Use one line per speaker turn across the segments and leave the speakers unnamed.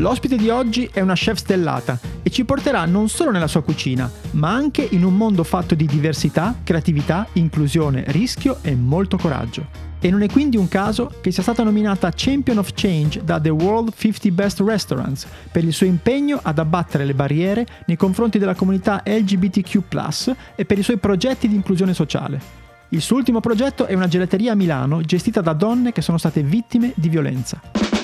L'ospite di oggi è una chef stellata e ci porterà non solo nella sua cucina, ma anche in un mondo fatto di diversità, creatività, inclusione, rischio e molto coraggio. E non è quindi un caso che sia stata nominata Champion of Change da The World 50 Best Restaurants per il suo impegno ad abbattere le barriere nei confronti della comunità LGBTQ+, e per i suoi progetti di inclusione sociale. Il suo ultimo progetto è una gelateria a Milano gestita da donne che sono state vittime di violenza.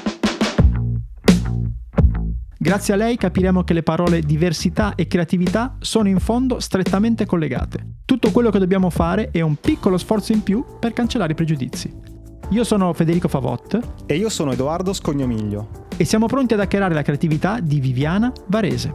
Grazie a lei capiremo che le parole diversità e creatività sono in fondo strettamente collegate. Tutto quello che dobbiamo fare è un piccolo sforzo in più per cancellare i pregiudizi. Io sono Federico Favot.
E io sono Edoardo Scognomiglio.
E siamo pronti ad hackerare la creatività di Viviana Varese.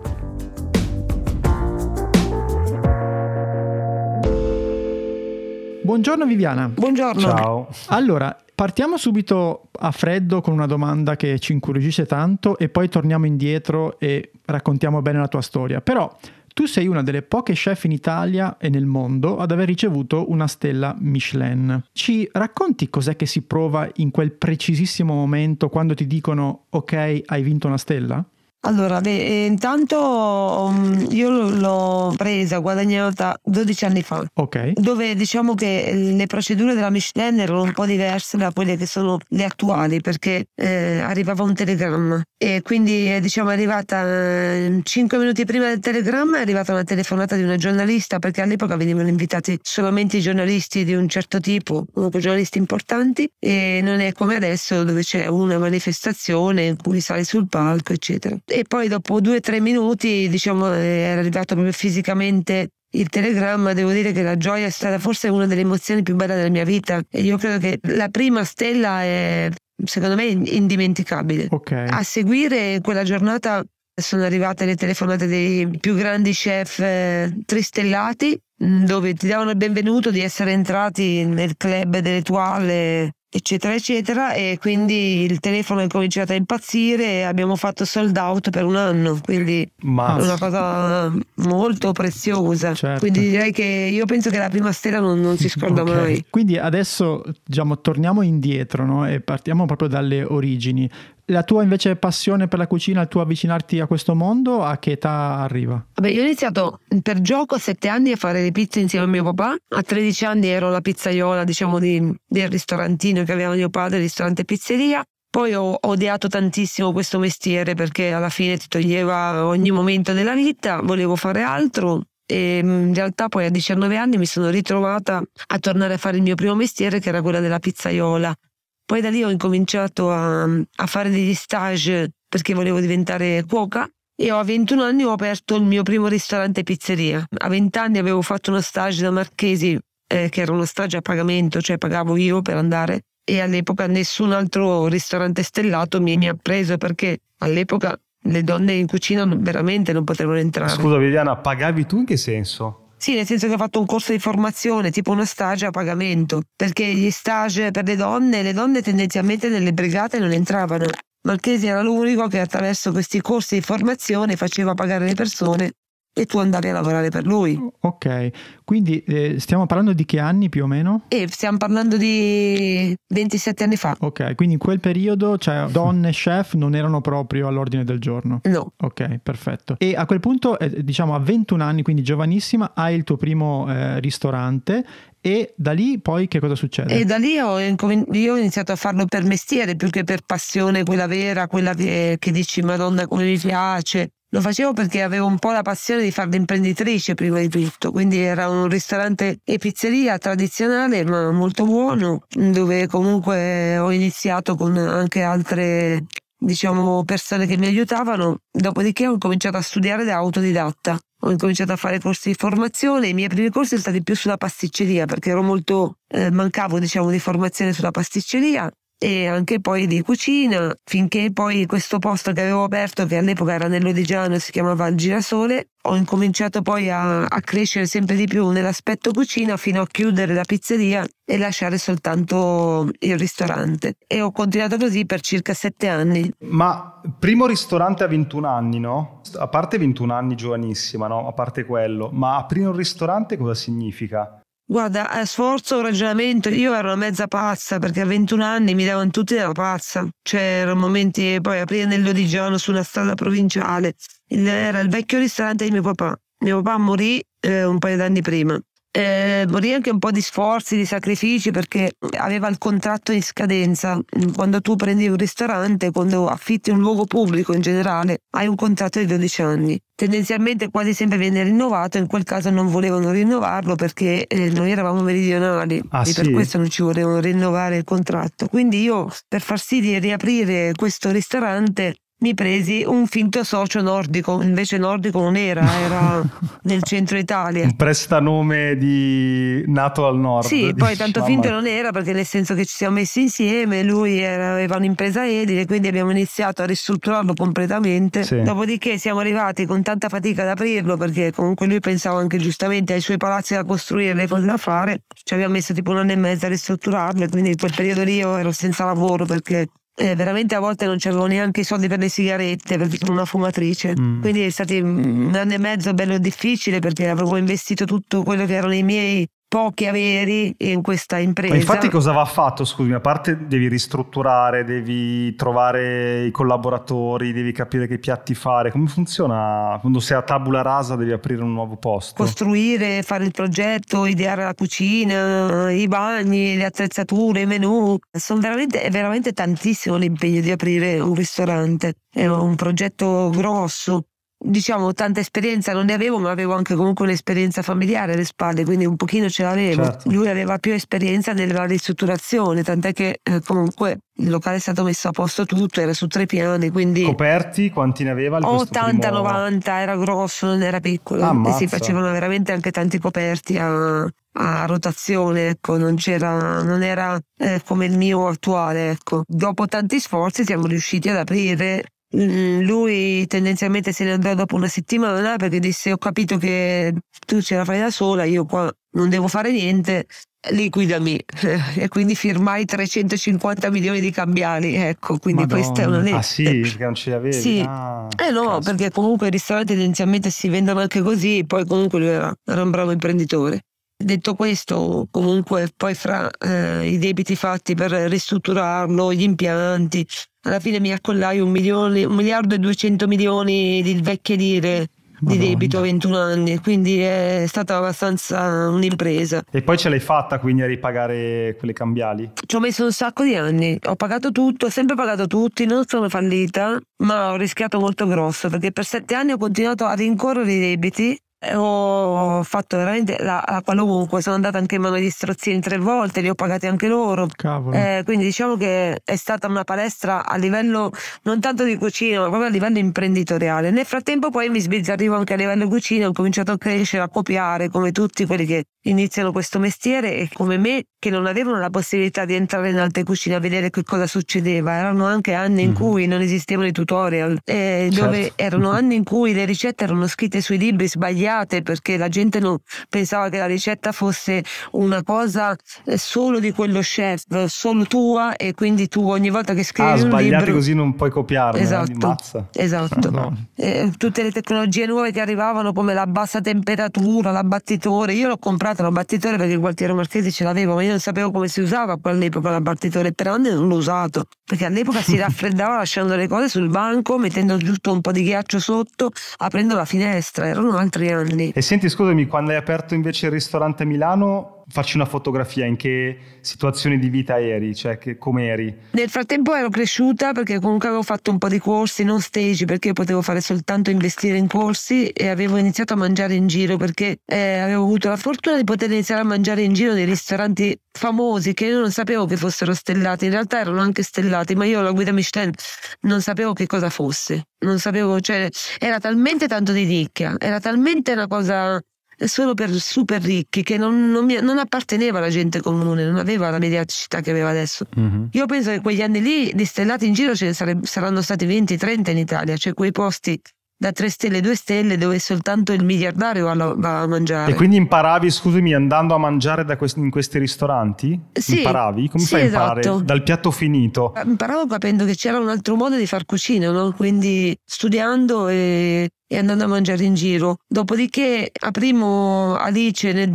Buongiorno Viviana.
Buongiorno.
Ciao.
Allora, partiamo subito a freddo con una domanda che ci incuriosisce tanto e poi torniamo indietro e raccontiamo bene la tua storia. Però tu sei una delle poche chef in Italia e nel mondo ad aver ricevuto una stella Michelin. Ci racconti cos'è che si prova in quel precisissimo momento quando ti dicono ok, hai vinto una stella?
Allora, intanto io l'ho presa, guadagnata 12 anni fa.
Ok.
Dove diciamo che le procedure della Michelin erano un po' diverse da quelle che sono le attuali, perché arrivava un telegramma e quindi diciamo è arrivata 5 minuti prima del telegramma, è arrivata una telefonata di una giornalista, perché all'epoca venivano invitati solamente i giornalisti di un certo tipo, giornalisti importanti, e non è come adesso dove c'è una manifestazione in cui sali sul palco eccetera. E poi dopo 2-3 minuti diciamo era arrivato proprio fisicamente il telegramma. Devo dire che la gioia è stata forse una delle emozioni più belle della mia vita, e io credo che la prima stella è secondo me indimenticabile.
Okay.
A seguire quella giornata sono arrivate le telefonate dei più grandi chef tristellati, dove ti davano il benvenuto di essere entrati nel club delle toile eccetera eccetera, e quindi il telefono è cominciato a impazzire e abbiamo fatto sold out per un anno, quindi è una cosa molto preziosa.
Certo.
Quindi direi che io penso che la prima stella non si scorda mai.
Quindi adesso diciamo torniamo indietro, no? E partiamo proprio dalle origini. La tua invece passione per la cucina, il tuo avvicinarti a questo mondo, a che età arriva?
Vabbè, io ho iniziato per gioco a 7 anni a fare le pizze insieme a mio papà. A 13 anni ero la pizzaiola, diciamo, del ristorantino che aveva mio padre, il ristorante pizzeria. Poi ho odiato tantissimo questo mestiere perché alla fine ti toglieva ogni momento della vita, volevo fare altro. E in realtà poi a 19 anni mi sono ritrovata a tornare a fare il mio primo mestiere, che era quella della pizzaiola. Poi da lì ho incominciato a fare degli stage perché volevo diventare cuoca, e a 21 anni ho aperto il mio primo ristorante pizzeria. A 20 anni avevo fatto uno stage da Marchesi, che era uno stage a pagamento, cioè pagavo io per andare, e all'epoca nessun altro ristorante stellato mi ha preso, perché all'epoca le donne in cucina veramente non potevano entrare.
Scusa Viviana, pagavi tu in che senso?
Sì, nel senso che ho fatto un corso di formazione, tipo uno stage a pagamento, perché gli stage per le donne tendenzialmente nelle brigate non entravano. Marchesi era l'unico che attraverso questi corsi di formazione faceva pagare le persone e tu andavi a lavorare per lui.
Ok, quindi stiamo parlando di che anni più o meno?
Stiamo parlando di 27 anni fa.
Ok, quindi in quel periodo, cioè, donne chef non erano proprio all'ordine del giorno?
No.
Ok, perfetto. E a quel punto, diciamo a 21 anni, quindi giovanissima, hai il tuo primo ristorante. E da lì poi che cosa succede?
E da lì io ho iniziato a farlo per mestiere più che per passione, quella vera, quella che dici Madonna come mi piace. Lo facevo perché avevo un po' la passione di fare l'imprenditrice prima di tutto, quindi era un ristorante e pizzeria tradizionale ma molto buono, dove comunque ho iniziato con anche altre, diciamo, persone che mi aiutavano. Dopodiché ho cominciato a studiare da autodidatta. Ho incominciato a fare corsi di formazione. I miei primi corsi sono stati più sulla pasticceria, perché ero molto mancavo, diciamo, di formazione sulla pasticceria e anche poi di cucina, finché poi questo posto che avevo aperto, che all'epoca era nell'Odigiano, si chiamava Il Girasole, ho incominciato poi a crescere sempre di più nell'aspetto cucina, fino a chiudere la pizzeria e lasciare soltanto il ristorante, e ho continuato così per circa 7 anni.
Ma primo ristorante a 21 anni, no? A parte 21 anni giovanissima, no? A parte quello, ma aprire un ristorante cosa significa?
Guarda, sforzo, ragionamento, io ero una mezza pazza perché a 21 anni mi davano tutti della pazza, cioè erano momenti, poi aprire nel Lodigiano su una strada provinciale, era il vecchio ristorante di mio papà morì un paio d'anni prima. Morì anche un po' di sforzi, di sacrifici, perché aveva il contratto in scadenza. Quando tu prendi un ristorante, quando affitti un luogo pubblico in generale, hai un contratto di 12 anni. Tendenzialmente quasi sempre viene rinnovato, in quel caso non volevano rinnovarlo perché noi eravamo meridionali e per questo non ci volevano rinnovare il contratto. Quindi io, per far sì di riaprire questo ristorante, mi presi un finto socio nordico, invece nordico non era nel centro Italia.
Un prestanome nato al nord.
Sì, poi tanto finto non era, perché nel senso che ci siamo messi insieme, lui aveva un'impresa edile, quindi abbiamo iniziato a ristrutturarlo completamente. Sì. Dopodiché siamo arrivati con tanta fatica ad aprirlo, perché comunque lui pensava anche giustamente ai suoi palazzi da costruire, le cose da fare. Ci abbiamo messo tipo 1 anno e mezzo a ristrutturarlo, quindi in quel periodo lì io ero senza lavoro perché veramente a volte non c'avevo neanche i soldi per le sigarette perché sono una fumatrice. Quindi è stato 1 anno e mezzo bello difficile perché avevo investito tutto quello che erano i miei pochi averi in questa impresa.
Ma infatti cosa va fatto? Scusami, a parte devi ristrutturare, devi trovare i collaboratori, devi capire che piatti fare. Come funziona quando sei a tabula rasa, devi aprire un nuovo posto?
Costruire, fare il progetto, ideare la cucina, i bagni, le attrezzature, i menù. È veramente tantissimo l'impegno di aprire un ristorante. È un progetto grosso. Diciamo, tanta esperienza non ne avevo, ma avevo anche comunque un'esperienza familiare alle spalle, quindi un pochino ce l'avevo. Certo. Lui aveva più esperienza nella ristrutturazione, tant'è che comunque il locale è stato messo a posto tutto, era su 3 piani, quindi...
Coperti, quanti ne aveva?
80-90, era grosso, non era piccolo. E si facevano veramente anche tanti coperti a rotazione, ecco, non era come il mio attuale, ecco. Dopo tanti sforzi siamo riusciti ad aprire. Lui tendenzialmente se ne andò dopo 1 settimana perché disse: ho capito che tu ce la fai da sola, io qua non devo fare niente, liquidami. E quindi firmai 350 milioni di cambiali, ecco, quindi Madonna. Questa è una legge.
Ah sì, perché non ce li avevi?
Sì. No, caso. Perché comunque i ristoranti tendenzialmente si vendono anche così, poi comunque lui era un bravo imprenditore. Detto questo, comunque poi fra i debiti fatti per ristrutturarlo, gli impianti, alla fine mi accollai 1 miliardo e 200 milioni di vecchie lire di debito a 21 anni, quindi è stata abbastanza un'impresa.
E poi ce l'hai fatta quindi a ripagare quelle cambiali?
Ci ho messo un sacco di anni, ho pagato tutto, ho sempre pagato tutti, non sono fallita, ma ho rischiato molto grosso perché per 7 anni ho continuato a rincorrere i debiti. Ho fatto veramente la qualunque, sono andata anche in mano agli strozzini 3 volte, li ho pagati anche loro. Quindi diciamo che è stata una palestra a livello non tanto di cucina ma proprio a livello imprenditoriale. Nel frattempo poi mi sbizzarrivo anche a livello cucina, ho cominciato a crescere, a copiare come tutti quelli che iniziano questo mestiere e come me che non avevano la possibilità di entrare in altre cucine a vedere che cosa succedeva. Erano anche anni in cui non esistevano i tutorial, dove erano anni in cui le ricette erano scritte sui libri sbagliate perché la gente non pensava che la ricetta fosse una cosa solo di quello chef, solo tua, e quindi tu ogni volta che scrivi un
sbagliati
libro...
così non puoi copiarne.
Esatto. No. Tutte le tecnologie nuove che arrivavano come la bassa temperatura, l'abbattitore, io l'ho comprato l'abbattitore perché il Gualtiero Marchesi ce l'avevo, ma io non sapevo come si usava all'epoca l'abbattitore, per anni non l'ho usato perché all'epoca si raffreddava lasciando le cose sul banco, mettendo giusto un po' di ghiaccio sotto, aprendo la finestra, erano altri anni. E
senti, scusami, quando hai aperto invece il ristorante a Milano, facci una fotografia, in che situazioni di vita eri, cioè come eri?
Nel frattempo ero cresciuta perché comunque avevo fatto un po' di corsi, non stage, perché io potevo fare soltanto investire in corsi, e avevo iniziato a mangiare in giro perché avevo avuto la fortuna di poter iniziare a mangiare in giro nei ristoranti famosi che io non sapevo che fossero stellati, in realtà erano anche stellati, ma io la guida Michelin non sapevo che cosa fosse, non sapevo, cioè era talmente tanto di nicchia, era talmente una cosa solo per super ricchi che non apparteneva alla gente comune, non aveva la mediaticità che aveva adesso. Io penso che quegli anni lì di stellati in giro ce ne saranno stati 20-30 in Italia, cioè quei posti da 3 stelle 2 stelle dove soltanto il miliardario va a mangiare.
E quindi imparavi, scusami, andando a mangiare in questi ristoranti?
Sì,
imparavi? Come fai a imparare?
Esatto.
Dal piatto finito?
Imparavo capendo che c'era un altro modo di far cucina, no? Quindi studiando e andando a mangiare in giro. Dopodiché aprimo Alice nel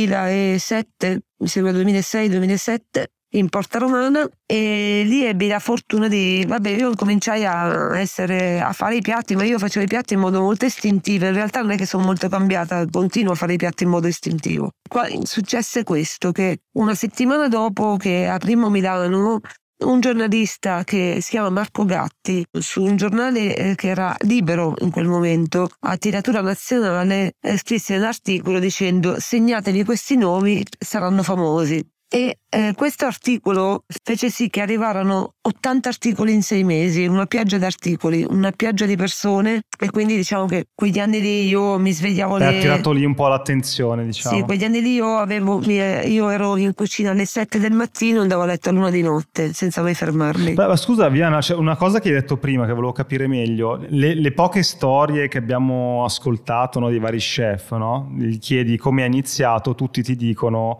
2007, mi sembra 2006-2007, in Porta Romana, e lì ebbi la fortuna io cominciai a fare i piatti, ma io facevo i piatti in modo molto istintivo. In realtà non è che sono molto cambiata, continuo a fare i piatti in modo istintivo. Qua successe questo, che una settimana dopo che aprimmo Milano, un giornalista che si chiama Marco Gatti, su un giornale che era libero in quel momento, a tiratura nazionale, scrisse un articolo dicendo: segnatevi questi nomi, saranno famosi. E questo articolo fece sì che arrivarono 80 articoli in 6 mesi, una pioggia di articoli, una pioggia di persone, e quindi diciamo che quegli anni lì io mi svegliavo
ha tirato lì un po' l'attenzione, diciamo.
Sì, quegli anni lì io ero in cucina alle 7 del mattino e andavo a letto all'1 di notte senza mai fermarmi.
Ma scusa Viviana, c'è una cosa che hai detto prima che volevo capire meglio. Le poche storie che abbiamo ascoltato, no, dei vari chef, no? Gli chiedi come ha iniziato, tutti ti dicono: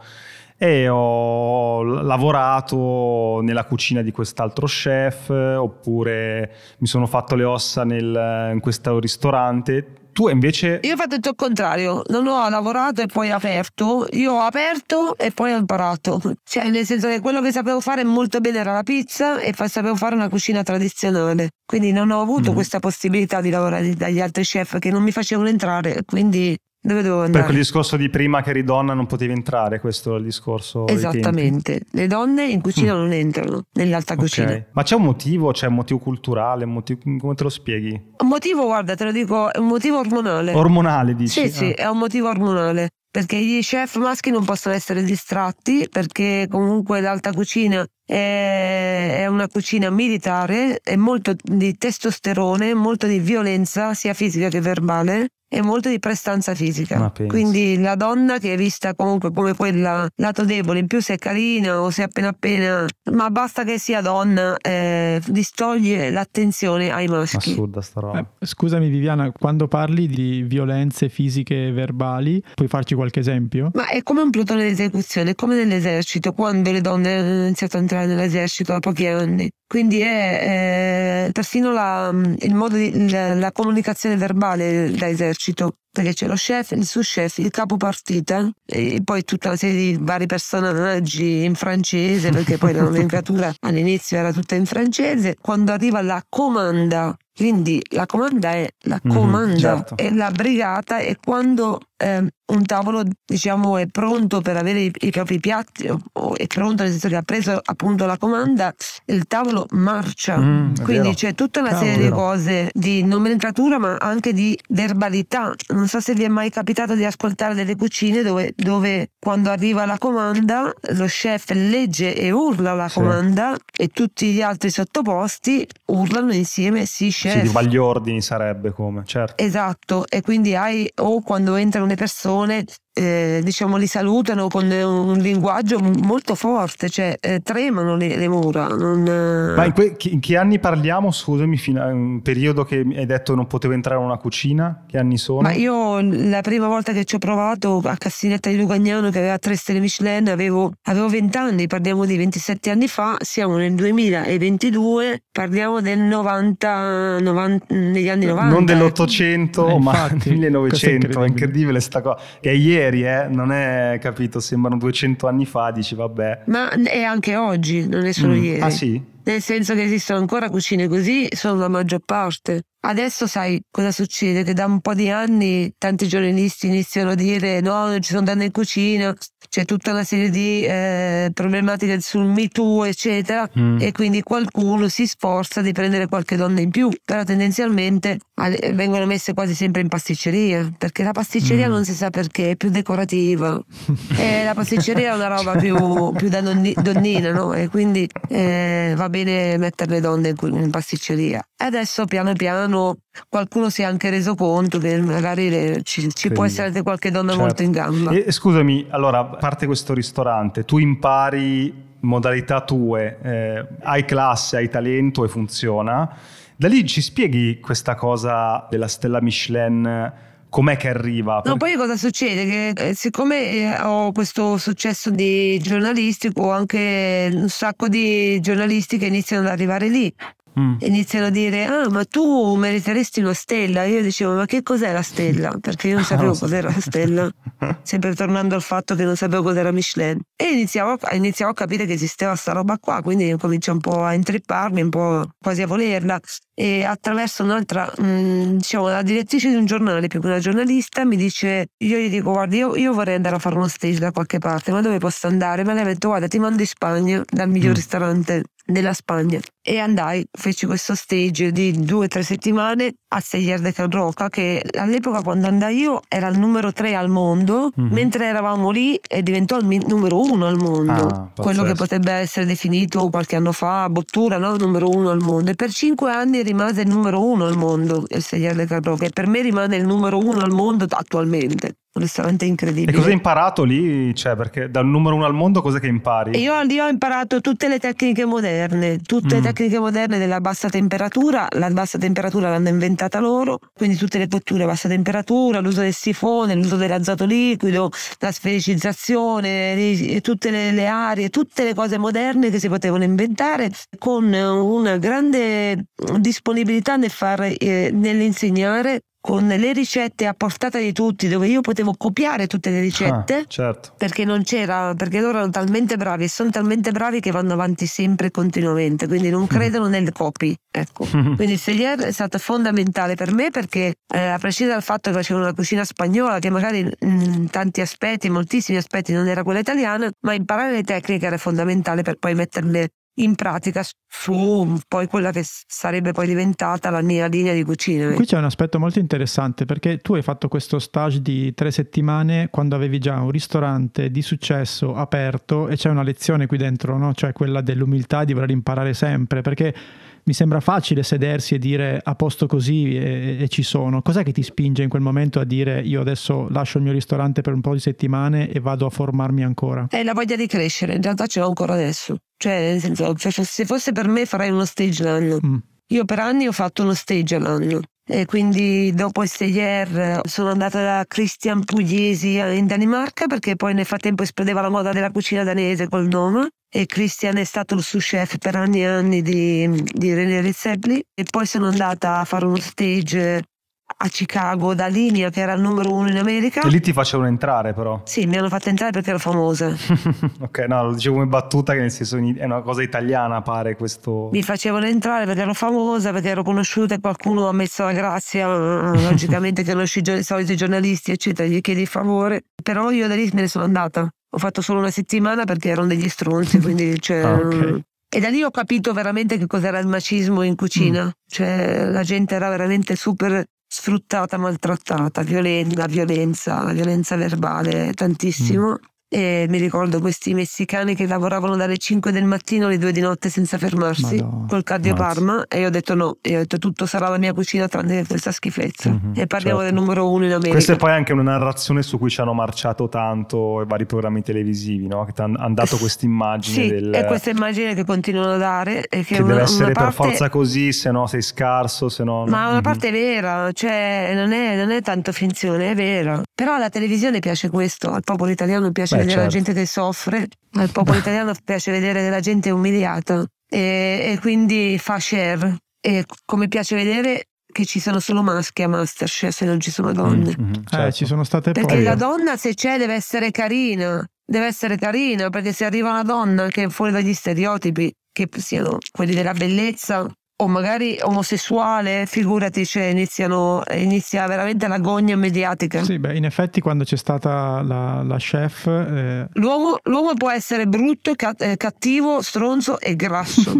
ho lavorato nella cucina di quest'altro chef, oppure mi sono fatto le ossa in questo ristorante. Tu invece...
Io ho fatto tutto il contrario, non ho lavorato e poi aperto, io ho aperto e poi ho imparato, cioè nel senso che quello che sapevo fare molto bene era la pizza e sapevo fare una cucina tradizionale, quindi non ho avuto questa possibilità di lavorare dagli altri chef che non mi facevano entrare, quindi dove devo andare?
Per quel discorso di prima che eri donna non potevi entrare, questo è il discorso.
Esattamente, le donne in cucina non entrano nell'alta cucina.
Ma c'è un motivo culturale, come te lo spieghi?
Un motivo, guarda, te lo dico, è un motivo ormonale.
Ormonale, dici?
Sì, è un motivo ormonale, perché gli chef maschi non possono essere distratti, perché comunque l'alta cucina è una cucina militare, è molto di testosterone, molto di violenza sia fisica che verbale e molto di prestanza fisica. Quindi la donna che è vista comunque come quella lato debole, in più se è carina o se è appena ma basta che sia donna, distoglie l'attenzione ai maschi.
Assurda sta roba.
Scusami Viviana, quando parli di violenze fisiche e verbali, puoi farci qualche esempio?
Ma è come un plotone di esecuzione, è come nell'esercito, quando le donne hanno iniziato a entrare nell'esercito da pochi anni. Quindi è persino la comunicazione verbale da esercito, perché c'è lo chef, il sous-chef, il capo partita e poi tutta una serie di vari personaggi in francese, perché poi la nomenclatura all'inizio era tutta in francese. Quando arriva la comanda, quindi la comanda è la comanda,
certo.
E la brigata è quando un tavolo, diciamo, è pronto per avere i propri piatti, o è pronto nel senso che ha preso appunto la comanda, il tavolo marcia. Quindi c'è tutta una serie di cose, di nomenclatura ma anche di verbalità. Non so se vi è mai capitato di ascoltare delle cucine dove quando arriva la comanda lo chef legge e urla la comanda e tutti gli altri sottoposti urlano insieme sì chef.
Sì, di gli ordini sarebbe come, certo.
Esatto, e quindi o quando entrano le persone diciamo li salutano con un linguaggio molto forte, cioè tremano le mura.
Ma in che anni parliamo, scusami, un periodo che hai detto non potevo entrare in una cucina, che anni sono?
Ma io la prima volta che ci ho provato a Cassinetta di Lugagnano, che aveva 3 stelle Michelin, avevo 20 anni, parliamo di 27 anni fa, siamo nel 2022, parliamo del 90 negli anni 90.
Non dell'800 ma
infatti,
1900, è incredibile sta cosa, che è ieri, non è, capito, sembrano 200 anni fa, dici vabbè.
Ma è anche oggi, non è solo ieri.
Ah sì?
Nel senso che esistono ancora cucine così, sono la maggior parte. Adesso sai cosa succede? Che da un po' di anni tanti giornalisti iniziano a dire no, non ci sono donne in cucina, c'è tutta una serie di problematiche sul Me Too eccetera, e quindi qualcuno si sforza di prendere qualche donna in più, però tendenzialmente vengono messe quasi sempre in pasticceria, perché la pasticceria non si sa perché è più decorativa e la pasticceria è una roba più da donnina, no? E quindi va bene mettere le donne in pasticceria. Adesso piano piano qualcuno si è anche reso conto che magari ci può essere anche qualche donna molto in gamba.
E scusami, allora, a parte questo ristorante, tu impari modalità tue, hai classe, hai talento e funziona, Da lì ci spieghi questa cosa della stella Michelin, com'è che arriva?
No, poi cosa succede? Che siccome ho questo successo di giornalistico, ho anche un sacco di giornalisti che iniziano ad arrivare lì. Iniziano a dire: ma tu meriteresti una stella. Io dicevo: ma che cos'è la stella? Perché io non sapevo cos'era la stella, sempre tornando al fatto che non sapevo cos'era Michelin, e iniziavo a capire che esisteva sta roba qua, quindi comincio un po' a intripparmi, un po' quasi a volerla, e attraverso un'altra diciamo la direttrice di un giornale più che una giornalista mi dice, io gli dico: guarda, io vorrei andare a fare uno stage da qualche parte, ma dove posso andare? Ma lei mi ha detto: guarda, ti mando in Spagna dal miglior ristorante della Spagna. E andai, feci questo stage di 2 o 3 settimane a Seier de Can Roca, che all'epoca quando andai io era il numero 3 al mondo, mentre eravamo lì e diventò il numero 1 al mondo, quello che potrebbe essere definito qualche anno fa Bottura, no? Numero 1 al mondo, e per 5 anni rimase il numero 1 al mondo il Seier de Can Roca, e per me rimane il numero 1 al mondo attualmente. Un ristorante incredibile.
E cosa hai imparato lì? Cioè, perché dal numero 1 al mondo cosa che impari?
E io ho imparato tutte le tecniche moderne, le tecniche moderne della bassa temperatura. La bassa temperatura l'hanno inventata loro, quindi tutte le cotture a bassa temperatura, l'uso del sifone, l'uso dell'azoto liquido, la sfericizzazione, tutte le arie, tutte le cose moderne che si potevano inventare, con una grande disponibilità nell'insegnare, con le ricette a portata di tutti, dove io potevo copiare tutte le ricette,
certo.
perché loro erano talmente bravi e sono talmente bravi che vanno avanti sempre e continuamente, quindi non credono nel copy, ecco. Quindi il Seier è stato fondamentale per me, perché a prescindere dal fatto che facevo una cucina spagnola che magari in tanti aspetti, moltissimi aspetti, non era quella italiana, ma imparare le tecniche era fondamentale per poi metterle in pratica su poi quella che sarebbe poi diventata la mia linea di cucina.
Qui c'è un aspetto molto interessante, perché tu hai fatto questo stage di 3 settimane quando avevi già un ristorante di successo aperto, e c'è una lezione qui dentro, no? Cioè quella dell'umiltà, di voler imparare sempre, perché mi sembra facile sedersi e dire a posto così e ci sono. Cos'è che ti spinge in quel momento a dire: io adesso lascio il mio ristorante per un po' di settimane e vado a formarmi ancora?
È la voglia di crescere, in realtà ce l'ho ancora adesso. Cioè, nel senso, se fosse per me farei uno stage l'anno. Io per anni ho fatto uno stage all'anno. E quindi dopo il Seier sono andata da Christian Pugliesi in Danimarca, perché poi nel frattempo esplodeva la moda della cucina danese col nome, e Christian è stato il sous chef per anni e anni di René Redzepi. E poi sono andata a fare uno stage a Chicago da Linea, che era il numero 1 in America.
E lì ti facevano entrare, però?
Sì, mi hanno fatto entrare perché ero famosa.
Ok, no, lo dicevo come battuta, che nel senso è una cosa italiana, pare questo.
Mi facevano entrare perché ero famosa, perché ero conosciuta, e qualcuno ha messo la grazia, logicamente, che conosci i soliti giornalisti eccetera, gli chiedi il favore. Però io da lì me ne sono andata, ho fatto solo una settimana perché erano degli stronzi, quindi
Okay.
E da lì ho capito veramente che cos'era il macismo in cucina. Cioè la gente era veramente super sfruttata, maltrattata, la violenza verbale tantissimo. E mi ricordo questi messicani che lavoravano dalle 5 del mattino alle 2 di notte senza fermarsi, col Cardio-Parma, e io ho detto no, io ho detto tutto sarà la mia cucina tranne questa schifezza. E parliamo del numero 1 in America.
Questa è poi anche una narrazione su cui ci hanno marciato tanto i vari programmi televisivi, no? Che ti hanno dato questa immagine.
Sì, è questa immagine che continuano a dare, e
che deve essere per forza così, se no sei scarso, se no.
Ma una parte è vera, cioè non è tanto finzione, è vera. Però alla televisione piace questo, al popolo italiano piace vedere la gente che soffre, al popolo italiano piace vedere la gente umiliata, e quindi fa share. E come piace vedere che ci sono solo maschi a MasterChef e non ci sono donne.
Certo.
Ci sono state
perché la donna, se c'è, deve essere carina, perché se arriva una donna che è fuori dagli stereotipi, che siano quelli della bellezza o magari omosessuale, figurati, cioè inizia veramente l'agonia mediatica.
Sì, beh, in effetti quando c'è stata la chef...
L'uomo può essere brutto, cattivo, stronzo e grasso.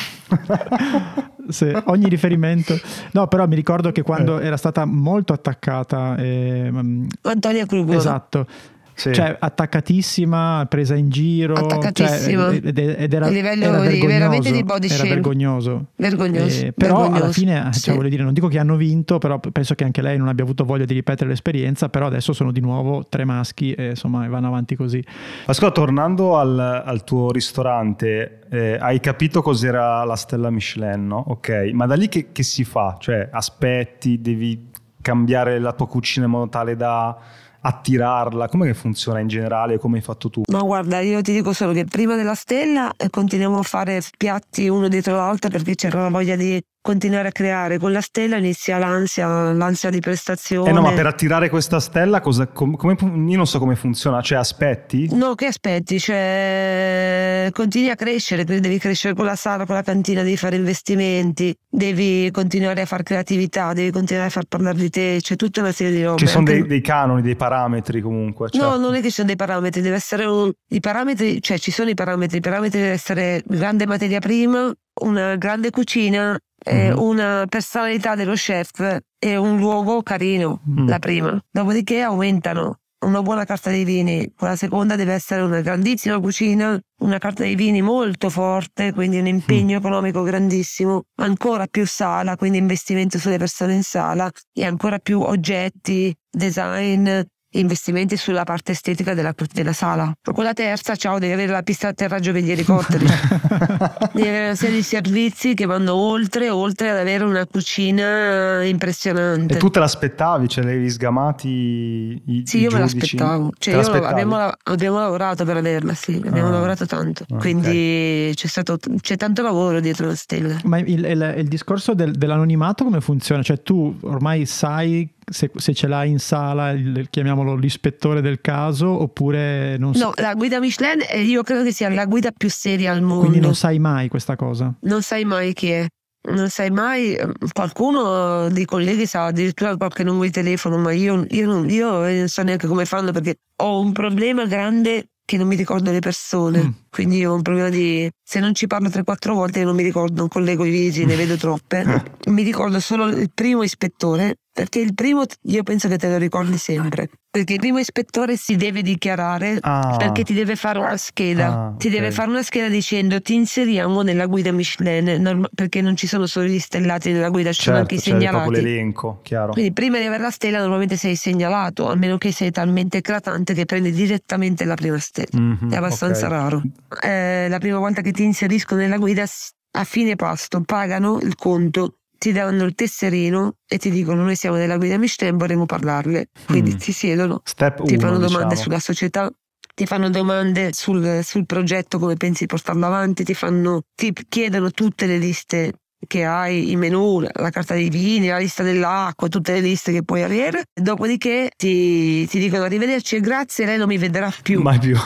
Sì, ogni riferimento. No, però mi ricordo che quando era stata molto attaccata...
Antonia Kruger.
Esatto. cioè attaccatissima, presa in giro,
attaccatissima,
ed era,
a livello
era
veramente di body
era
shame.
vergognoso. Però
vergognoso.
alla fine, cioè, voglio dire, non dico che hanno vinto, però penso che anche lei non abbia avuto voglia di ripetere l'esperienza, però adesso sono di nuovo 3 maschi e insomma vanno avanti così.
Ascolta, tornando al tuo ristorante, hai capito cos'era la stella Michelin, no? Ok, ma da lì che si fa? Cioè aspetti, devi cambiare la tua cucina in modo tale da attirarla? Come che funziona in generale? Come hai fatto tu?
Ma guarda, io ti dico solo che prima della stella continuiamo a fare piatti uno dietro l'altro perché c'era la voglia di continuare a creare. Con la stella inizia l'ansia di prestazione.
No, ma per attirare questa stella io non so come funziona, cioè aspetti?
No, che aspetti? Cioè continui a crescere, quindi devi crescere con la sala, con la cantina, devi fare investimenti, devi continuare a fare creatività, devi continuare a far parlare di te, c'è tutta una serie di robe.
Ci sono dei canoni, dei parametri comunque. Certo.
No, non è che ci sono dei parametri, deve essere i parametri, cioè ci sono i parametri deve essere grande materia prima, una grande cucina, una personalità dello chef e un luogo carino, la prima. Dopodiché aumentano. Una buona carta dei vini, la seconda deve essere una grandissima cucina, una carta dei vini molto forte, quindi un impegno economico grandissimo, ancora più sala, quindi investimento sulle persone in sala e ancora più oggetti, design, investimenti sulla parte estetica della sala. Con la terza, devi avere la pista d'atterraggio per gli elicotteri, devi avere una serie di servizi che vanno oltre ad avere una cucina impressionante.
E tu te l'aspettavi? Cioè l'avevi sgamati
Sì, io me l'aspettavo, abbiamo lavorato per averla, sì, abbiamo lavorato tanto, quindi c'è tanto lavoro dietro la stella.
Ma il discorso dell'anonimato come funziona? Cioè tu ormai sai se ce l'hai in sala, chiamiamolo l'ispettore del caso, oppure non so.
No, la guida Michelin io credo che sia la guida più seria al mondo.
Quindi non sai mai questa cosa?
Non sai mai chi è. Non sai mai, qualcuno dei colleghi sa addirittura qualche numero di telefono, ma io non so neanche come fanno, perché ho un problema grande che non mi ricordo le persone, quindi io ho un problema se non ci parlo 3-4 volte io non mi ricordo, non collego i visi, ne vedo troppe, mi ricordo solo il primo ispettore, perché il primo io penso che te lo ricordi sempre, perché il primo ispettore si deve dichiarare, perché ti deve fare una scheda, deve fare una scheda dicendo ti inseriamo nella guida Michelin, perché non ci sono solo gli stellati nella guida, ci sono anche i segnalati,
proprio l'elenco, chiaro.
Quindi prima di avere la stella normalmente sei segnalato, a meno che sei talmente eclatante che prendi direttamente la prima stella, è abbastanza raro. La prima volta che ti inseriscono nella guida, a fine pasto pagano il conto, ti danno il tesserino e ti dicono noi siamo nella guida Michelin, vorremmo parlarle, quindi ti siedono, ti fanno domande sulla società, ti fanno domande sul progetto, come pensi di portarlo avanti, ti chiedono tutte le liste che hai, i menù, la carta dei vini, la lista dell'acqua, tutte le liste che puoi avere. Dopodiché ti dicono arrivederci e grazie, lei non mi vedrà più.
Mai più.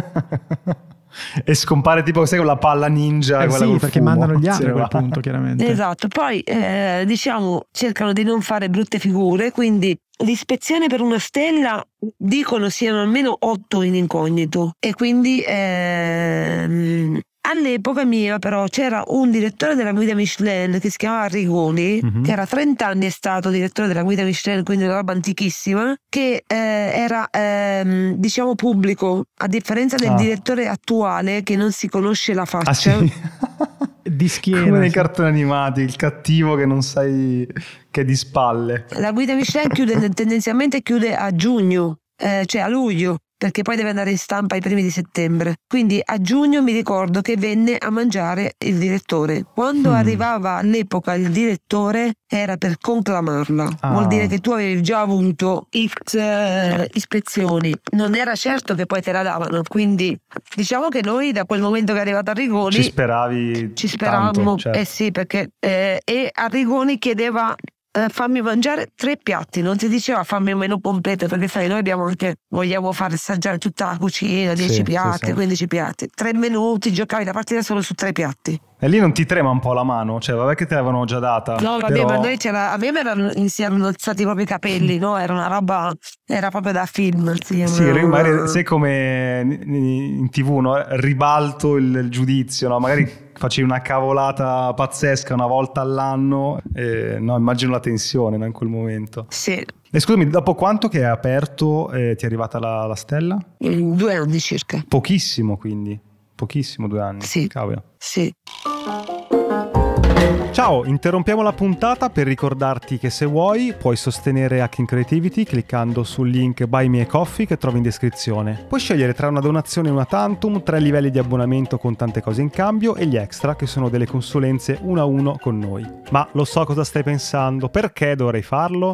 E scompare tipo con la palla ninja,
sì, perché mandano gli altri a quel punto, chiaramente.
Esatto. Poi cercano di non fare brutte figure, quindi l'ispezione per una stella dicono siano almeno 8 in incognito, e quindi all'epoca mia però c'era un direttore della guida Michelin che si chiamava Arrigoni, che era 30 anni è stato direttore della guida Michelin, quindi una roba antichissima, che era pubblico, a differenza del direttore attuale che non si conosce la faccia.
Sì?
Di schiena,
come nei cartoni animati, il cattivo che non sai che è di spalle.
La guida Michelin tendenzialmente chiude a giugno, cioè a luglio, perché poi deve andare in stampa ai primi di settembre. Quindi a giugno mi ricordo che venne a mangiare il direttore. Quando arrivava all'epoca il direttore era per conclamarla. Vuol dire che tu avevi già avuto X ispezioni. Non era certo che poi te la davano. Quindi diciamo che noi da quel momento che è arrivato Arrigoni
ci speravamo tanto, certo.
Sì, perché e Arrigoni chiedeva fammi mangiare 3 piatti, non ti diceva fammi un menù completo, perché sai noi vogliamo fare assaggiare tutta la cucina, 10 piatti, 15 piatti, 3 menù, ti giocavi la partita solo su 3 piatti.
E lì non ti trema un po' la mano? Cioè vabbè che te l'avevano già data.
No vabbè,
però...
ma noi a me si erano alzati proprio i capelli, no? Era una roba, era proprio da film. Sì, magari
sai come in TV, no? Ribalto il giudizio, no? Magari facevi una cavolata pazzesca una volta all'anno, no, immagino la tensione, no, in quel momento.
Sì.
E scusami, dopo quanto che è aperto ti è arrivata la stella?
2 anni circa.
Pochissimo, quindi. Pochissimo, 2 anni.
Sì.
Cavolo.
Sì.
Ciao, interrompiamo la puntata per ricordarti che se vuoi puoi sostenere Hacking Creativity cliccando sul link Buy Me a Coffee che trovi in descrizione. Puoi scegliere tra una donazione e una tantum, 3 livelli di abbonamento con tante cose in cambio e gli extra che sono delle consulenze 1 a 1 con noi. Ma lo so cosa stai pensando, perché dovrei farlo?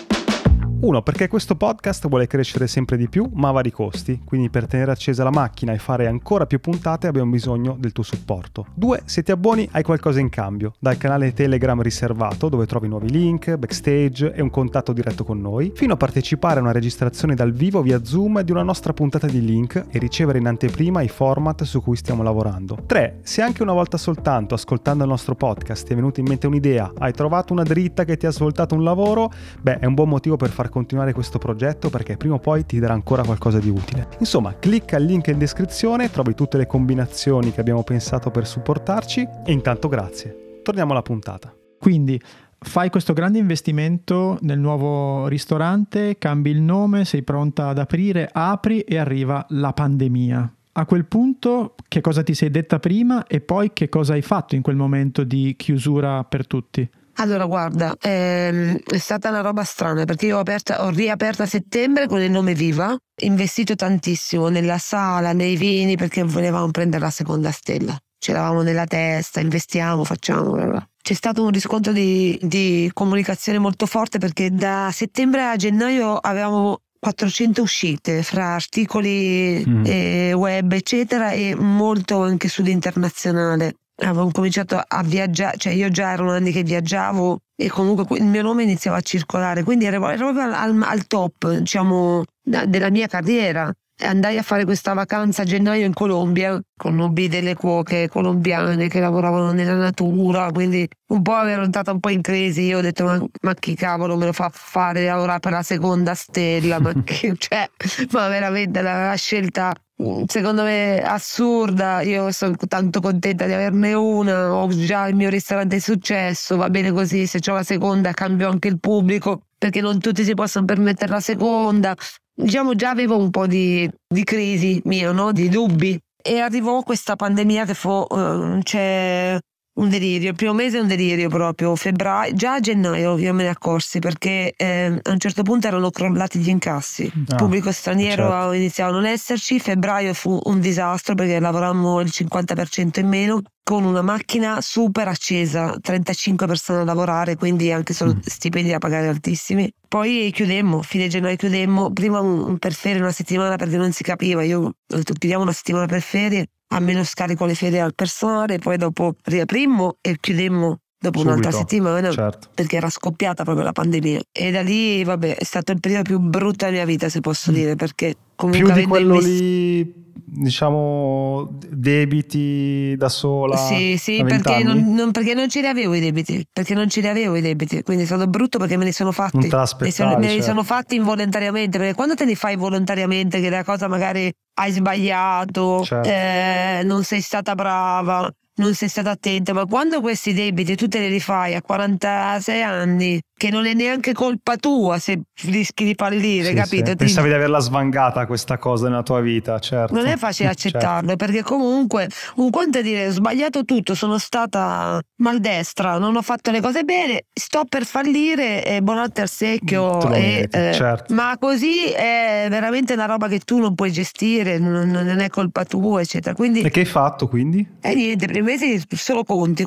1. Perché questo podcast vuole crescere sempre di più, ma a vari costi, quindi per tenere accesa la macchina e fare ancora più puntate abbiamo bisogno del tuo supporto. 2. Se ti abboni hai qualcosa in cambio, dal canale Telegram riservato dove trovi nuovi link, backstage e un contatto diretto con noi, fino a partecipare a una registrazione dal vivo via Zoom di una nostra puntata di Link e ricevere in anteprima i format su cui stiamo lavorando. 3. Se anche una volta soltanto ascoltando il nostro podcast ti è venuta in mente un'idea, hai trovato una dritta che ti ha svoltato un lavoro, è un buon motivo per far continuare questo progetto perché prima o poi ti darà ancora qualcosa di utile. Insomma, clicca il link in descrizione, trovi tutte le combinazioni che abbiamo pensato per supportarci e intanto grazie. Torniamo alla puntata.
Quindi fai questo grande investimento nel nuovo ristorante, cambi il nome, sei pronta ad aprire, apri e arriva la pandemia. A quel punto che cosa ti sei detta prima e poi che cosa hai fatto in quel momento di chiusura per tutti?
Allora guarda, è stata una roba strana perché io ho riaperto a settembre con il nome Viva, investito tantissimo nella sala, nei vini perché volevamo prendere la seconda stella. C'eravamo nella testa, investiamo, facciamo. C'è stato un riscontro di comunicazione molto forte perché da settembre a gennaio avevamo 400 uscite fra articoli web eccetera e molto anche sull'internazionale. Avevo cominciato a viaggiare, cioè io già erano anni che viaggiavo e comunque il mio nome iniziava a circolare, quindi ero proprio al top, diciamo, della mia carriera. Andai a fare questa vacanza a gennaio in Colombia, conobbi delle cuoche colombiane che lavoravano nella natura, quindi un po' ero entrata un po' in crisi. Io ho detto ma chi cavolo me lo fa fare lavorare per la seconda stella, ma veramente la scelta secondo me assurda. Io sono tanto contenta di averne una, ho già il mio ristorante di successo, va bene così, se c'ho la seconda cambio anche il pubblico perché non tutti si possono permettere la seconda. Diciamo già avevo un po' di crisi mia, no? Di dubbi, e arrivò questa pandemia che fu c'è un delirio. Il primo mese è un delirio proprio, febbraio, già a gennaio io me ne accorsi perché a un certo punto erano crollati gli incassi, il pubblico straniero
certo.
iniziava a non esserci. Febbraio fu un disastro perché lavorammo il 50% in meno con una macchina super accesa, 35 persone a lavorare, quindi anche solo stipendi da pagare altissimi. Poi chiudemmo, fine gennaio chiudemmo, prima per ferie una settimana perché non si capiva, io ho detto chiudiamo una settimana per ferie, a meno scarico le ferie al personale, poi dopo riaprimmo e chiudemmo dopo un'altra settimana, certo, perché era scoppiata proprio la pandemia. E da lì è stato il periodo più brutto della mia vita, se posso dire, perché comunque
più di quello lì, diciamo, debiti da sola.
Sì, perché non ce li avevo i debiti, quindi è stato brutto perché me ne sono fatti.
Non te l'aspettavi,
me ne sono fatti involontariamente, perché quando te li fai volontariamente che la cosa magari hai sbagliato, certo, non sei stata brava, non sei stata attenta, ma quando questi debiti tu te li rifai a 46 anni, che non è neanche colpa tua se rischi di fallire, capito?
Sì. Pensavi di averla svangata questa cosa nella tua vita, certo.
Non è facile accettarlo, certo, perché comunque un conto è dire ho sbagliato tutto, sono stata maldestra, non ho fatto le cose bene, sto per fallire e buonanotte al secchio, certo, ma così è veramente una roba che tu non puoi gestire, non è colpa tua, eccetera. Quindi,
e che hai fatto quindi?
Niente, per i mesi solo conti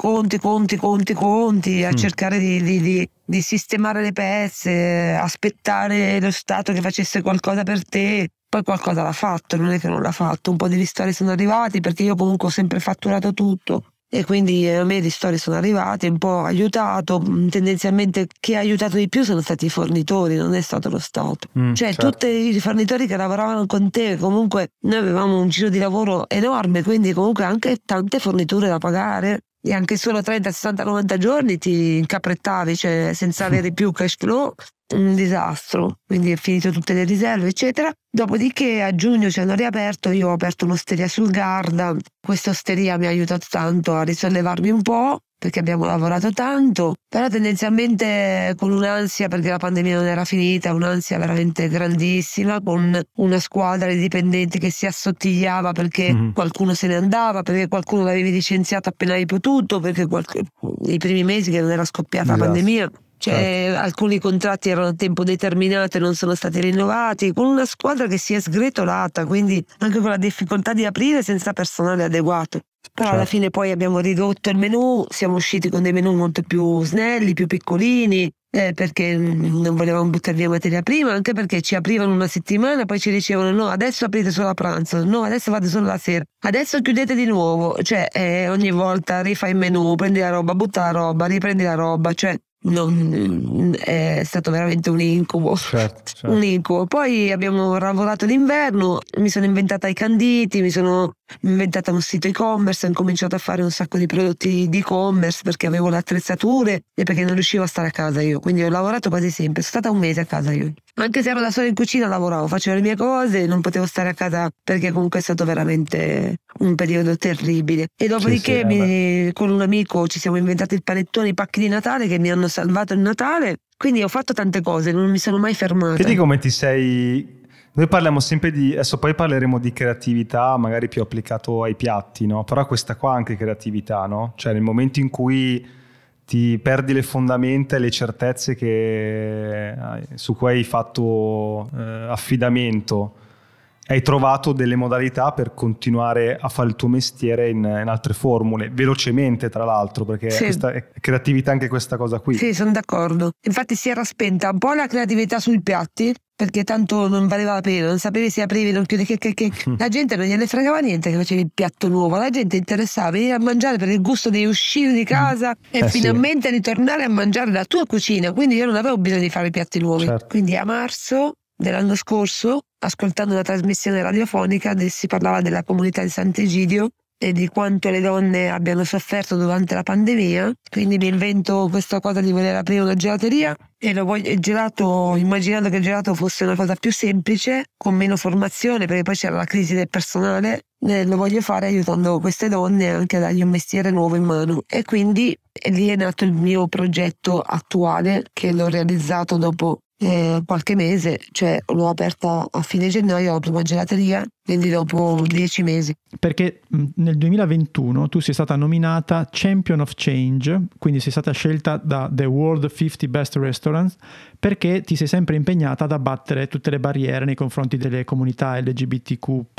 a cercare di sistemare le pezze, aspettare lo Stato che facesse qualcosa per te. Poi qualcosa l'ha fatto, non è che non l'ha fatto, un po' di ristori sono arrivati perché io comunque ho sempre fatturato tutto e quindi a me i ristori sono arrivati, un po' aiutato. Tendenzialmente chi ha aiutato di più sono stati i fornitori, non è stato lo Stato, certo, tutti i fornitori che lavoravano con te. Comunque noi avevamo un giro di lavoro enorme, quindi comunque anche tante forniture da pagare e anche solo 30, 60, 90 giorni ti incaprettavi, cioè senza avere più cash flow, un disastro. Quindi è finito tutte le riserve, eccetera. Dopodiché a giugno ci hanno riaperto, io ho aperto un'osteria sul Garda. Questa osteria mi ha aiutato tanto a risollevarmi un po', perché abbiamo lavorato tanto, però tendenzialmente con un'ansia, perché la pandemia non era finita, un'ansia veramente grandissima, con una squadra di dipendenti che si assottigliava perché qualcuno se ne andava, perché qualcuno l'avevi licenziato appena hai potuto, perché i primi mesi che non era scoppiata la pandemia, cioè alcuni contratti erano a tempo determinato e non sono stati rinnovati, con una squadra che si è sgretolata, quindi anche con la difficoltà di aprire senza personale adeguato. Però alla fine poi abbiamo ridotto il menù, siamo usciti con dei menù molto più snelli, più piccolini, perché non volevamo buttare via materia prima, anche perché ci aprivano una settimana, poi ci dicevano no, adesso aprite solo a pranzo, no, adesso fate solo la sera, adesso chiudete di nuovo, cioè ogni volta rifai il menù, prendi la roba, butta la roba, riprendi la roba, cioè è stato veramente un incubo.
Certo.
Un incubo. Poi abbiamo lavorato l'inverno, mi sono inventata i canditi, mi sono inventata un sito e-commerce, ho incominciato a fare un sacco di prodotti di e-commerce perché avevo le attrezzature e perché non riuscivo a stare a casa io, quindi ho lavorato quasi sempre, sono stata un mese a casa io, anche se ero da sola in cucina, lavoravo, facevo le mie cose, non potevo stare a casa perché comunque è stato veramente un periodo terribile. E dopodiché con un amico ci siamo inventati il panettone, i pacchi di Natale che mi hanno salvato il Natale, quindi ho fatto tante cose, non mi sono mai fermata.
Vedi come ti sei... Noi parliamo sempre di... Adesso poi parleremo di creatività, magari più applicato ai piatti, no? Però questa qua è anche creatività, no? Cioè nel momento in cui ti perdi le fondamenta e le certezze su cui hai fatto affidamento, hai trovato delle modalità per continuare a fare il tuo mestiere in altre formule, velocemente tra l'altro, perché questa è creatività anche questa cosa qui.
Sì, sono d'accordo. Infatti si era spenta un po' la creatività sui piatti, perché tanto non valeva la pena, non sapevi se aprivi, non chiudevi, che la gente non gliene fregava niente che facevi il piatto nuovo, la gente interessava a venire a mangiare per il gusto di uscire di casa e finalmente ritornare a mangiare la tua cucina, quindi io non avevo bisogno di fare i piatti nuovi. Quindi a marzo dell'anno scorso, ascoltando una trasmissione radiofonica, si parlava della comunità di Sant'Egidio e di quanto le donne abbiano sofferto durante la pandemia, quindi mi invento questa cosa di voler aprire una gelateria e il gelato, immaginando che il gelato fosse una cosa più semplice, con meno formazione, perché poi c'era la crisi del personale, lo voglio fare aiutando queste donne anche a dargli un mestiere nuovo in mano. E quindi lì è nato il mio progetto attuale, che l'ho realizzato dopo qualche mese, cioè l'ho aperta a fine gennaio la prima gelateria, quindi dopo 10 mesi.
Perché nel 2021 tu sei stata nominata Champion of Change, quindi sei stata scelta da The World 50 Best Restaurants perché ti sei sempre impegnata ad abbattere tutte le barriere nei confronti delle comunità LGBTQ+,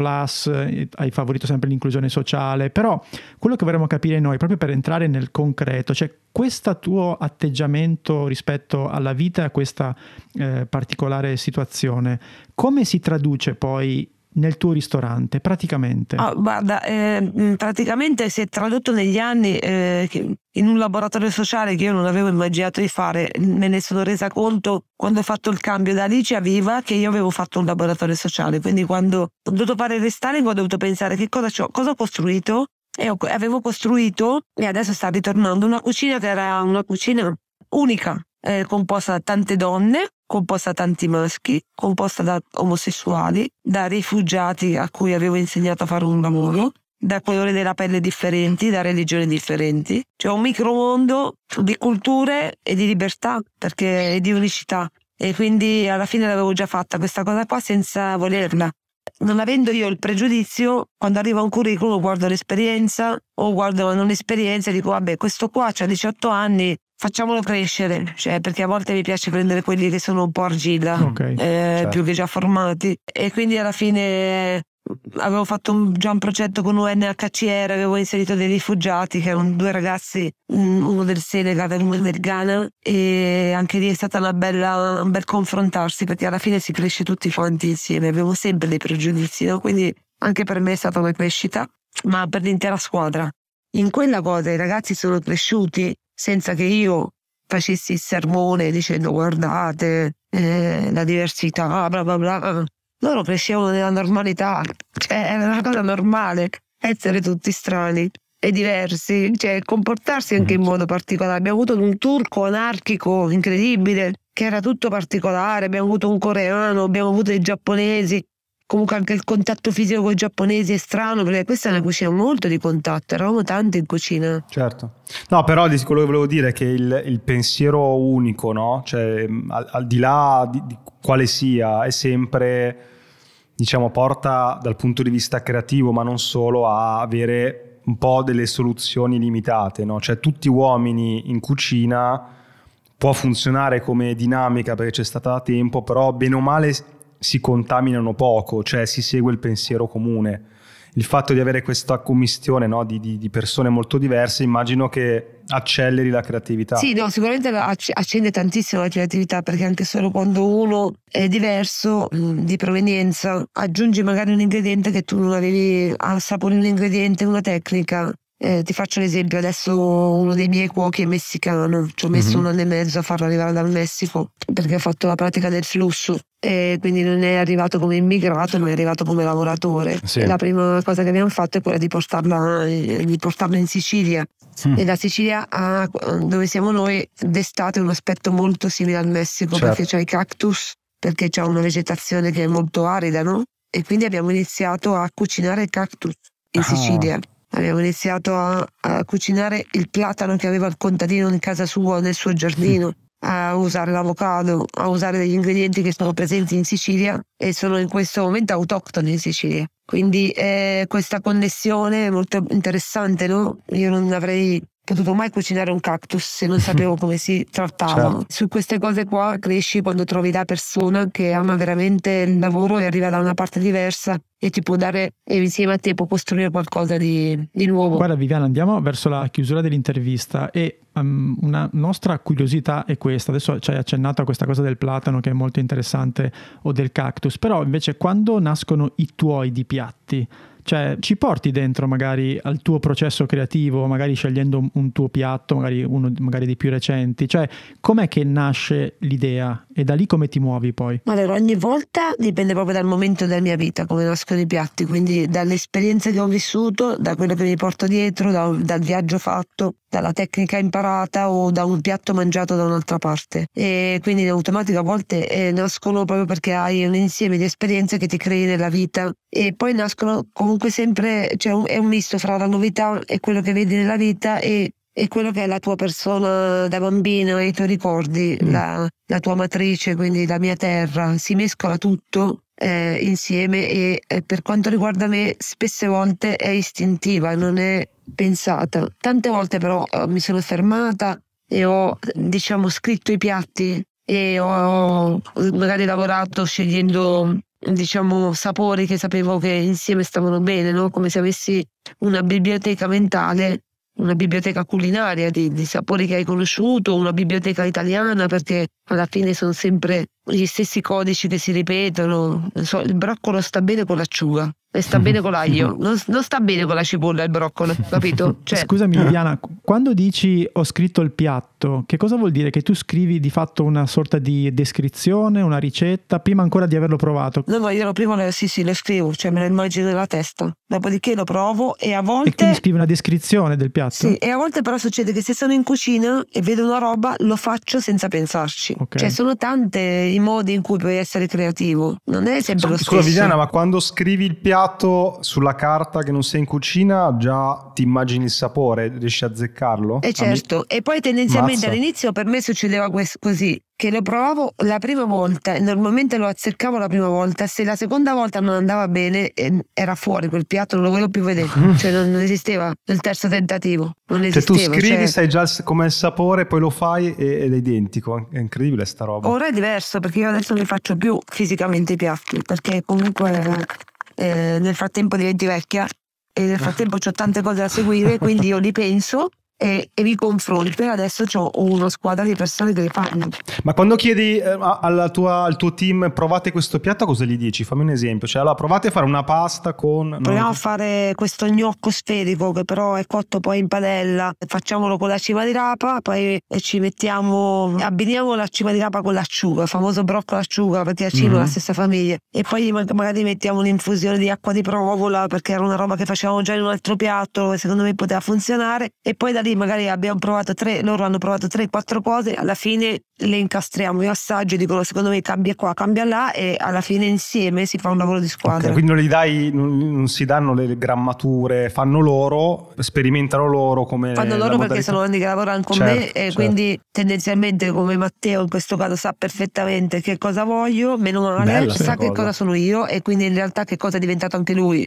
hai favorito sempre l'inclusione sociale, però quello che vorremmo capire noi, proprio per entrare nel concreto, cioè questo tuo atteggiamento rispetto alla vita e a questa particolare situazione, come si traduce poi nel tuo ristorante praticamente?
Guarda, praticamente si è tradotto negli anni in un laboratorio sociale che io non avevo immaginato di fare. Me ne sono resa conto quando ho fatto il cambio da Alice a Viva che io avevo fatto un laboratorio sociale, quindi quando ho dovuto fare il restyling ho dovuto pensare che cosa ho costruito, e avevo costruito, e adesso sta ritornando, una cucina che era una cucina unica, composta da tante donne, composta da tanti maschi, composta da omosessuali, da rifugiati a cui avevo insegnato a fare un lavoro, da colore della pelle differenti, da religioni differenti, cioè un micromondo di culture e di libertà e di unicità. E quindi alla fine l'avevo già fatta questa cosa qua senza volerla. Non avendo io il pregiudizio, quando arriva un curriculum guardo l'esperienza o guardo non l'esperienza e dico vabbè, questo qua c'ha 18 anni, facciamolo crescere, cioè perché a volte mi piace prendere quelli che sono un po' argilla, più che già formati, e quindi alla fine avevo fatto già un progetto con UNHCR, avevo inserito dei rifugiati che erano 2 ragazzi, uno del Senegal e uno del Ghana, e anche lì è stata un bel confrontarsi, perché alla fine si cresce tutti quanti insieme, avevo sempre dei pregiudizi, no? Quindi anche per me è stata una crescita, ma per l'intera squadra. In quella cosa i ragazzi sono cresciuti senza che io facessi il sermone dicendo guardate la diversità, bla bla bla. Loro crescevano nella normalità, cioè era una cosa normale essere tutti strani. e diversi, cioè comportarsi anche in modo particolare. Abbiamo avuto un turco anarchico incredibile, che era tutto particolare, abbiamo avuto un coreano, abbiamo avuto dei giapponesi. Comunque anche il contatto fisico con i giapponesi è strano, perché questa è una cucina molto di contatto, eravamo tanti in cucina.
Certo. No, però quello che volevo dire è che il pensiero unico, no? Cioè, al di là di quale sia, è sempre, diciamo, porta dal punto di vista creativo, ma non solo, a avere un po' delle soluzioni limitate, no? Cioè, tutti uomini in cucina può funzionare come dinamica perché c'è stata da tempo, però bene o male si contaminano poco, cioè si segue il pensiero comune. Il fatto di avere questa commistione, no, di persone molto diverse, immagino che acceleri la creatività.
Sì, no, sicuramente accende tantissimo la creatività, perché anche solo quando uno è diverso di provenienza, aggiungi magari un ingrediente che tu non avevi, assapori un ingrediente, una tecnica. Ti faccio l'esempio, adesso uno dei miei cuochi è messicano, ci ho messo 1 anno e mezzo a farlo arrivare dal Messico perché ha fatto la pratica del flusso e quindi non è arrivato come immigrato ma è arrivato come lavoratore.
Sì.
La prima cosa che abbiamo fatto è quella di portarlo in Sicilia e la Sicilia ha, dove siamo noi, d'estate un aspetto molto simile al Messico,
certo,
perché c'ha i cactus, perché c'ha una vegetazione che è molto arida, no? E quindi abbiamo iniziato a cucinare cactus in Sicilia. Abbiamo iniziato a cucinare il platano che aveva il contadino in casa sua, nel suo giardino, a usare l'avocado, a usare degli ingredienti che sono presenti in Sicilia e sono in questo momento autoctoni in Sicilia. Quindi questa connessione è molto interessante, no? Io non avrei potuto mai cucinare un cactus se non sapevo come si trattava.
Certo.
Su queste cose qua cresci quando trovi la persona che ama veramente il lavoro e arriva da una parte diversa e ti può dare, e insieme a te può costruire qualcosa di nuovo.
Guarda Viviana, andiamo verso la chiusura dell'intervista e una nostra curiosità è questa. Adesso ci hai accennato a questa cosa del platano che è molto interessante, o del cactus, però invece quando nascono i tuoi di piatti, cioè ci porti dentro magari al tuo processo creativo, magari scegliendo un tuo piatto, magari uno magari dei più recenti, cioè com'è che nasce l'idea e da lì come ti muovi poi?
Allora, ogni volta dipende proprio dal momento della mia vita, come nascono i piatti, quindi dalle esperienze che ho vissuto, da quello che mi porto dietro, dal viaggio fatto, dalla tecnica imparata o da un piatto mangiato da un'altra parte. E quindi in automatico a volte nascono proprio perché hai un insieme di esperienze che ti crei nella vita e poi nascono comunque sempre, cioè è un misto fra la novità e quello che vedi nella vita e quello che è la tua persona da bambino e i tuoi ricordi, la tua matrice, quindi la mia terra, si mescola tutto insieme e per quanto riguarda me spesse volte è istintiva, non è pensata. Tante volte però mi sono fermata e ho, diciamo, scritto i piatti e ho magari lavorato scegliendo, diciamo, sapori che sapevo che insieme stavano bene, no? Come se avessi una biblioteca mentale, una biblioteca culinaria di sapori che hai conosciuto, una biblioteca italiana, perché alla fine sono sempre gli stessi codici che si ripetono. Non so, il broccolo sta bene con l'acciuga e sta bene con l'aglio, non sta bene con la cipolla il broccolo, capito? Cioè,
scusami Viviana, quando dici ho scritto il piatto, che cosa vuol dire? Che tu scrivi di fatto una sorta di descrizione, una ricetta, prima ancora di averlo provato?
No, io lo prima sì, lo scrivo, cioè me lo immagino nella testa, dopodiché lo provo e a volte...
E quindi scrivi una descrizione del piatto?
Sì, e a volte però succede che se sono in cucina e vedo una roba, lo faccio senza pensarci.
Okay.
Cioè sono tante i modi in cui puoi essere creativo, non è sempre lo stesso.
Scusa Viviana, ma quando scrivi il piatto sulla carta che non sei in cucina, già ti immagini il sapore, riesci a azzeccarlo?
Certo, e poi tendenzialmente
Mazza.
all'inizio per me succedeva così, che lo provavo la prima volta e normalmente lo azzeccavo la prima volta, se la seconda volta non andava bene era fuori quel piatto, non lo volevo più vedere, cioè non esisteva il terzo tentativo, non esisteva.
Cioè tu scrivi, sai già com'è il sapore, poi lo fai ed è identico, è incredibile sta roba.
Ora è diverso perché io adesso non li faccio più fisicamente i piatti, perché comunque nel frattempo diventi vecchia e nel frattempo ho tante cose da seguire, quindi io li penso e mi confronti. Per adesso ho una squadra di persone che le fanno.
Ma quando chiedi al tuo team provate questo piatto, cosa gli dici? Fammi un esempio. Cioè, allora provate a fare una pasta con...
Proviamo a fare questo gnocco sferico che però è cotto poi in padella, facciamolo con la cima di rapa, poi ci mettiamo, abbiniamo la cima di rapa con l'acciuga, il famoso broccolo acciuga, perché è la stessa famiglia, e poi magari mettiamo un'infusione di acqua di provola perché era una roba che facevamo già in un altro piatto e secondo me poteva funzionare, e poi da lì magari abbiamo provato loro hanno provato 3-4 cose, alla fine le incastriamo, io assaggio, dicono secondo me cambia qua, cambia là, e alla fine insieme si fa un lavoro di squadra.
Okay, quindi non si danno le grammature, fanno loro, sperimentano loro come
fanno loro perché sono anni che lavorano con me, e quindi tendenzialmente, come Matteo in questo caso sa perfettamente che cosa voglio, meno male, sa che cosa sono io, e quindi in realtà che cosa è diventato anche lui.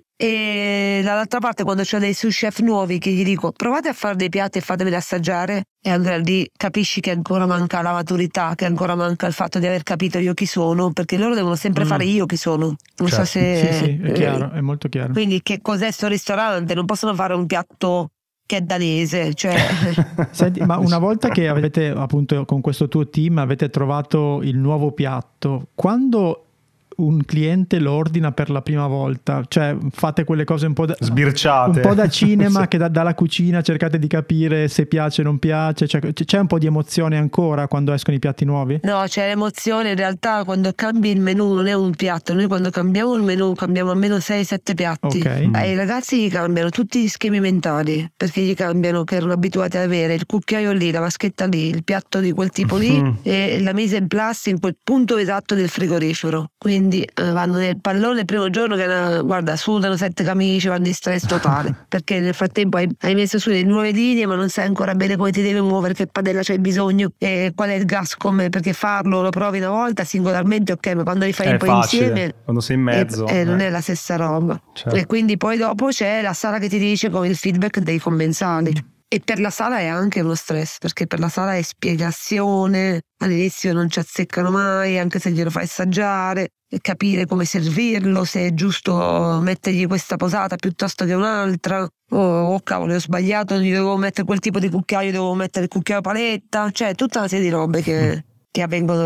E dall'altra parte, quando c'ho dei sous chef nuovi che gli dico provate a fare dei piatti e fatemeli assaggiare, e allora lì capisci che ancora manca la maturità, che ancora manca il fatto di aver capito io chi sono, perché loro devono sempre fare io chi sono. Non so se
sì, è chiaro, è molto chiaro.
Quindi che cos'è sto ristorante? Non possono fare un piatto che è danese, cioè.
Senti, ma una volta che avete, appunto, con questo tuo team avete trovato il nuovo piatto, quando un cliente lo ordina per la prima volta, cioè fate quelle cose un po'
sbirciate,
un po' da cinema, sì, che dalla cucina cercate di capire se piace o non piace, cioè, c'è un po' di emozione ancora quando escono i piatti nuovi?
No, c'è l'emozione in realtà quando cambi il menù, non è un piatto, noi quando cambiamo il menù cambiamo almeno 6-7 piatti, i ragazzi gli cambiano tutti gli schemi mentali, perché gli cambiano che erano abituati ad avere il cucchiaio lì, la vaschetta lì, il piatto di quel tipo lì e la mise en place in quel punto esatto del frigorifero, quindi vanno nel pallone il primo giorno che guarda, sudano 7 camicie, vanno in stress totale perché nel frattempo hai messo su le nuove linee ma non sai ancora bene come ti devi muovere, che padella c'hai bisogno e qual è il gas, come, perché farlo lo provi una volta singolarmente, ok, ma quando li fai un po'
facile,
insieme
quando sei in mezzo
non è la stessa roba, certo. E quindi poi dopo c'è la sala che ti dice con il feedback dei commensali. E per la sala è anche uno stress, perché per la sala è spiegazione, all'inizio non ci azzeccano mai, anche se glielo fai assaggiare, e capire come servirlo, se è giusto mettergli questa posata piuttosto che un'altra, oh cavolo ho sbagliato, gli dovevo mettere quel tipo di cucchiaio, dovevo mettere il cucchiaio paletta, cioè tutta una serie di robe che avvengono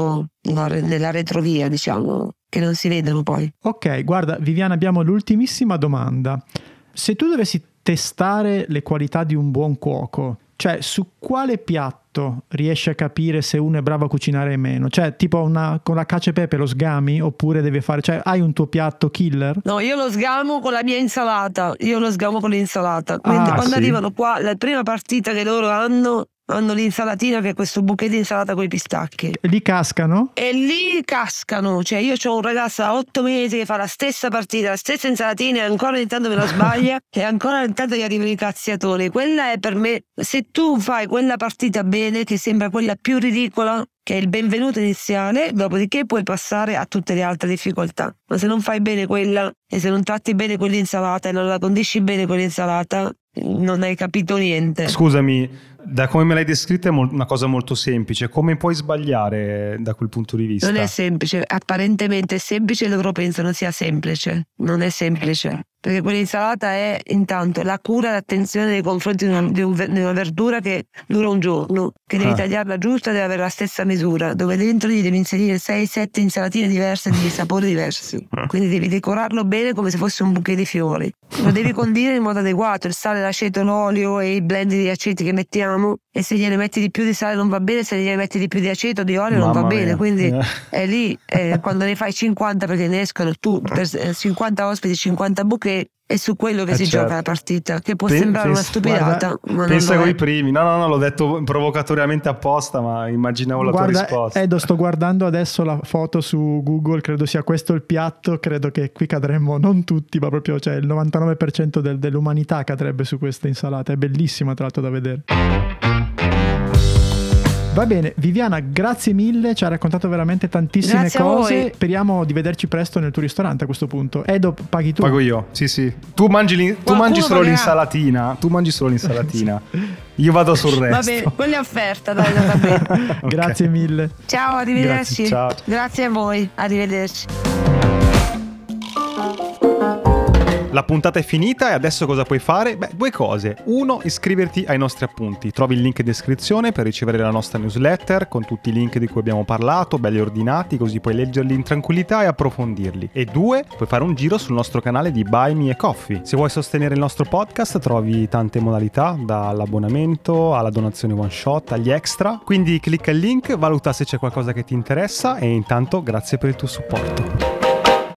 nella retrovia, diciamo, che non si vedono poi.
Ok, guarda Viviana, abbiamo l'ultimissima domanda. Se tu dovessi testare le qualità di un buon cuoco, cioè su quale piatto riesci a capire se uno è bravo a cucinare o meno? Cioè tipo con la cacio e pepe lo sgami, oppure deve fare, cioè hai un tuo piatto killer?
No, io lo sgamo con la mia insalata, quindi quando arrivano qua la prima partita che loro hanno l'insalatina, che è questo bouquet di insalata con i pistacchi.
E lì cascano?
E lì cascano, cioè io ho un ragazzo a 8 mesi che fa la stessa partita, la stessa insalatina, e ancora ogni tanto me la sbaglia e ancora ogni tanto gli arrivano i cazziatori. Quella è per me, se tu fai quella partita bene, che sembra quella più ridicola, che è il benvenuto iniziale, dopodiché puoi passare a tutte le altre difficoltà. Ma se non fai bene quella, e se non tratti bene quell'insalata e non la condisci bene quell'insalata, non hai capito niente.
Scusami, da come me l'hai descritta è una cosa molto semplice. Come puoi sbagliare da quel punto di vista?
Non è semplice, apparentemente è semplice, loro pensano sia semplice. Non è semplice, perché quell'insalata è intanto la cura e l'attenzione nei confronti di una verdura che dura un giorno, che devi tagliarla giusta, deve avere la stessa misura, dove dentro gli devi inserire 6-7 insalatine diverse di sapori diversi, quindi devi decorarlo bene come se fosse un bouquet di fiori, lo devi condire in modo adeguato, il sale, l'aceto, l'olio e i blend di aceti che mettiamo, e se gliene metti di più di sale non va bene, se gliene metti di più di aceto, di olio non va bene, quindi è lì quando ne fai 50, perché ne escono tu per 50 ospiti 50 bouquet, è su quello che si gioca la partita, che può sembrare una stupidata, ma
pensa
non
con
è.
I primi, no, l'ho detto provocatoriamente apposta, ma immaginavo la tua risposta.
Edo, sto guardando adesso la foto su Google, credo sia questo il piatto, credo che qui cadremmo, non tutti, ma proprio cioè il 99% dell'umanità cadrebbe su questa insalata, è bellissima tra l'altro da vedere. Va bene, Viviana, grazie mille, ci ha raccontato veramente tantissime cose. Speriamo di vederci presto nel tuo ristorante a questo punto. Edo, paghi tu?
Pago io, sì. Tu mangi solo l'insalatina. Io vado sul resto.
Vabbè, quella è offerta, dai, va bene.
Okay. Grazie mille.
Ciao, arrivederci. Grazie a voi, arrivederci.
La puntata è finita e adesso cosa puoi fare? Beh, 2 cose. 1, iscriverti ai nostri appunti. Trovi il link in descrizione per ricevere la nostra newsletter con tutti i link di cui abbiamo parlato, belli ordinati, così puoi leggerli in tranquillità e approfondirli. E 2, puoi fare un giro sul nostro canale di Buy Me a Coffee. Se vuoi sostenere il nostro podcast trovi tante modalità, dall'abbonamento alla donazione one shot agli extra. Quindi clicca il link, valuta se c'è qualcosa che ti interessa e intanto grazie per il tuo supporto.